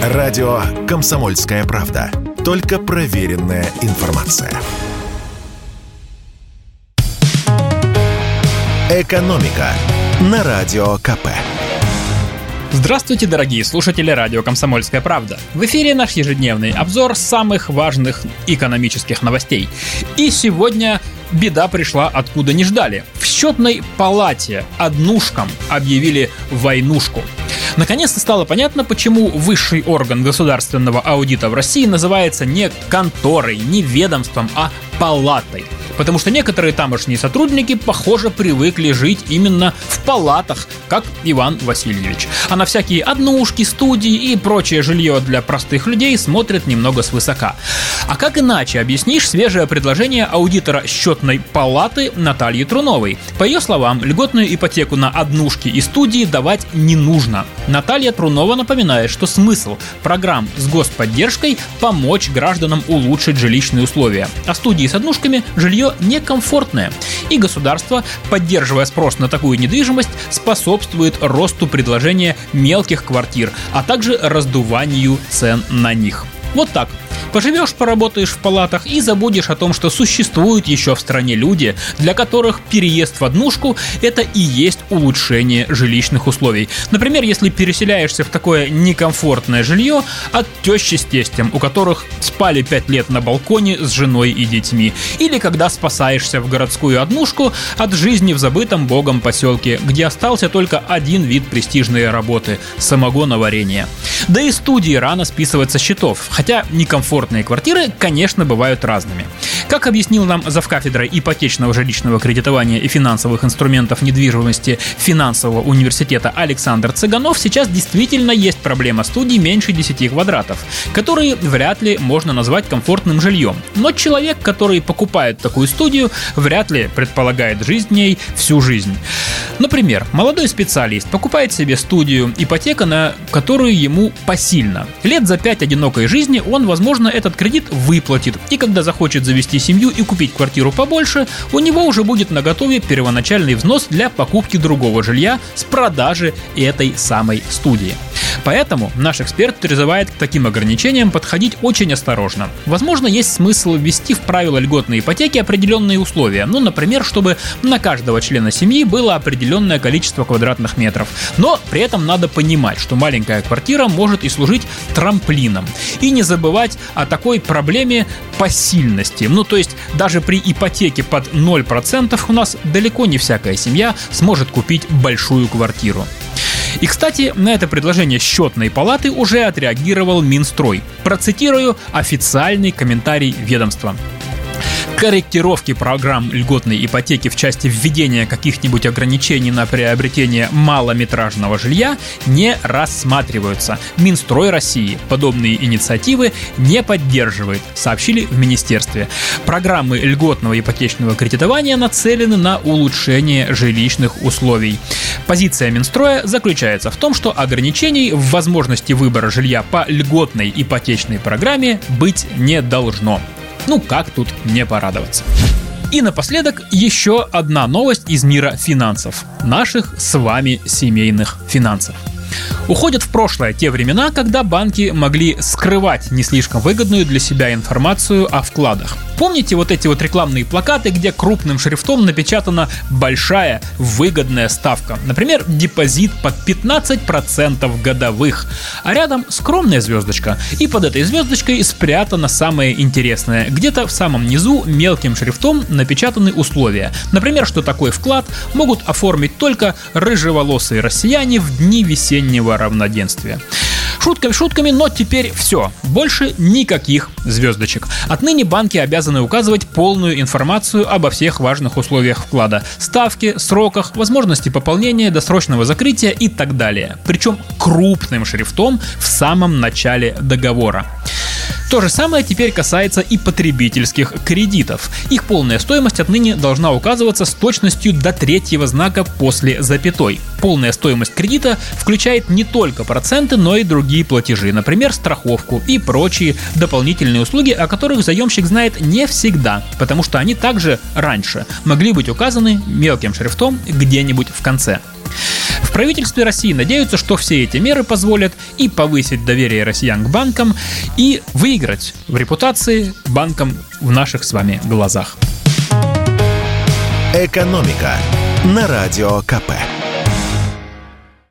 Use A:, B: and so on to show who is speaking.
A: Радио «Комсомольская правда». Только проверенная информация. «Экономика» на Радио КП.
B: Здравствуйте, дорогие слушатели радио «Комсомольская правда». В эфире наш ежедневный обзор самых важных экономических новостей. И сегодня беда пришла откуда не ждали. В счетной палате однушкам объявили войнушку. Наконец-то стало понятно, почему высший орган государственного аудита в России называется не конторой, не ведомством, а палатой. Потому что некоторые тамошние сотрудники, похоже, привыкли жить именно в палатах, как Иван Васильевич. А на всякие однушки, студии и прочее жилье для простых людей смотрят немного свысока. А как иначе объяснишь свежее предложение аудитора счетной палаты Натальи Труновой? По ее словам, льготную ипотеку на однушки и студии давать не нужно. Наталья Трунова напоминает, что смысл программ с господдержкой – помочь гражданам улучшить жилищные условия. А студии с однушками – жилье некомфортное. И государство, поддерживая спрос на такую недвижимость, способствует росту предложения мелких квартир, а также раздуванию цен на них. Вот так. Поживешь, поработаешь в палатах и забудешь о том, что существуют еще в стране люди, для которых переезд в однушку – это и есть улучшение жилищных условий. Например, если переселяешься в такое некомфортное жилье от тещи с тестем, у которых спали 5 лет на балконе с женой и детьми. Или когда спасаешься в городскую однушку от жизни в забытом богом поселке, где остался только один вид престижной работы – самогоноварение. Да и студии рано списывать со счетов, хотя некомфортные квартиры, конечно, бывают разными. Как объяснил нам завкафедрой ипотечного жилищного кредитования и финансовых инструментов недвижимости финансового университета Александр Цыганов, сейчас действительно есть проблема студий меньше 10 квадратов, которые вряд ли можно назвать комфортным жильем. Но человек, который покупает такую студию, вряд ли предполагает жить в ней всю жизнь. Например, молодой специалист покупает себе студию, ипотека на которую ему посильно. Лет за 5 одинокой жизни он, возможно, этот кредит выплатит, и когда захочет завести семью и купить квартиру побольше, у него уже будет наготове первоначальный взнос для покупки другого жилья с продажи этой самой студии. Поэтому наш эксперт призывает к таким ограничениям подходить очень осторожно. Возможно, есть смысл ввести в правила льготной ипотеки определенные условия. Например, чтобы на каждого члена семьи было определенное количество квадратных метров. Но при этом надо понимать, что маленькая квартира может и служить трамплином. И не забывать о такой проблеме посильности. То есть даже при ипотеке под 0% у нас далеко не всякая семья сможет купить большую квартиру. И, кстати, на это предложение счетной палаты уже отреагировал Минстрой. Процитирую официальный комментарий ведомства. Корректировки программ льготной ипотеки в части введения каких-нибудь ограничений на приобретение малометражного жилья не рассматриваются. Минстрой России подобные инициативы не поддерживает, сообщили в министерстве. Программы льготного ипотечного кредитования нацелены на улучшение жилищных условий. Позиция Минстроя заключается в том, что ограничений в возможности выбора жилья по льготной ипотечной программе быть не должно. Как тут не порадоваться? И напоследок еще одна новость из мира финансов. Наших с вами семейных финансов. Уходят в прошлое те времена, когда банки могли скрывать не слишком выгодную для себя информацию о вкладах. Помните эти рекламные плакаты, где крупным шрифтом напечатана большая выгодная ставка? Например, депозит под 15% годовых, а рядом скромная звездочка. И под этой звездочкой спрятано самое интересное. Где-то в самом низу мелким шрифтом напечатаны условия. Например, что такой вклад могут оформить только рыжеволосые россияне в дни весеннего равноденствия. Шутками, но теперь все. Больше никаких звездочек. Отныне банки обязаны указывать полную информацию обо всех важных условиях вклада. Ставке, сроках, возможности пополнения, досрочного закрытия и так далее. Причем крупным шрифтом в самом начале договора. То же самое теперь касается и потребительских кредитов. Их полная стоимость отныне должна указываться с точностью до 3-го знака после запятой. Полная стоимость кредита включает не только проценты, но и другие платежи, например, страховку и прочие дополнительные услуги, о которых заемщик знает не всегда, потому что они также раньше могли быть указаны мелким шрифтом где-нибудь в конце. В правительстве России надеются, что все эти меры позволят и повысить доверие россиян к банкам, и выиграть в репутации банкам в наших с вами глазах.
A: «Экономика» на Радио КП.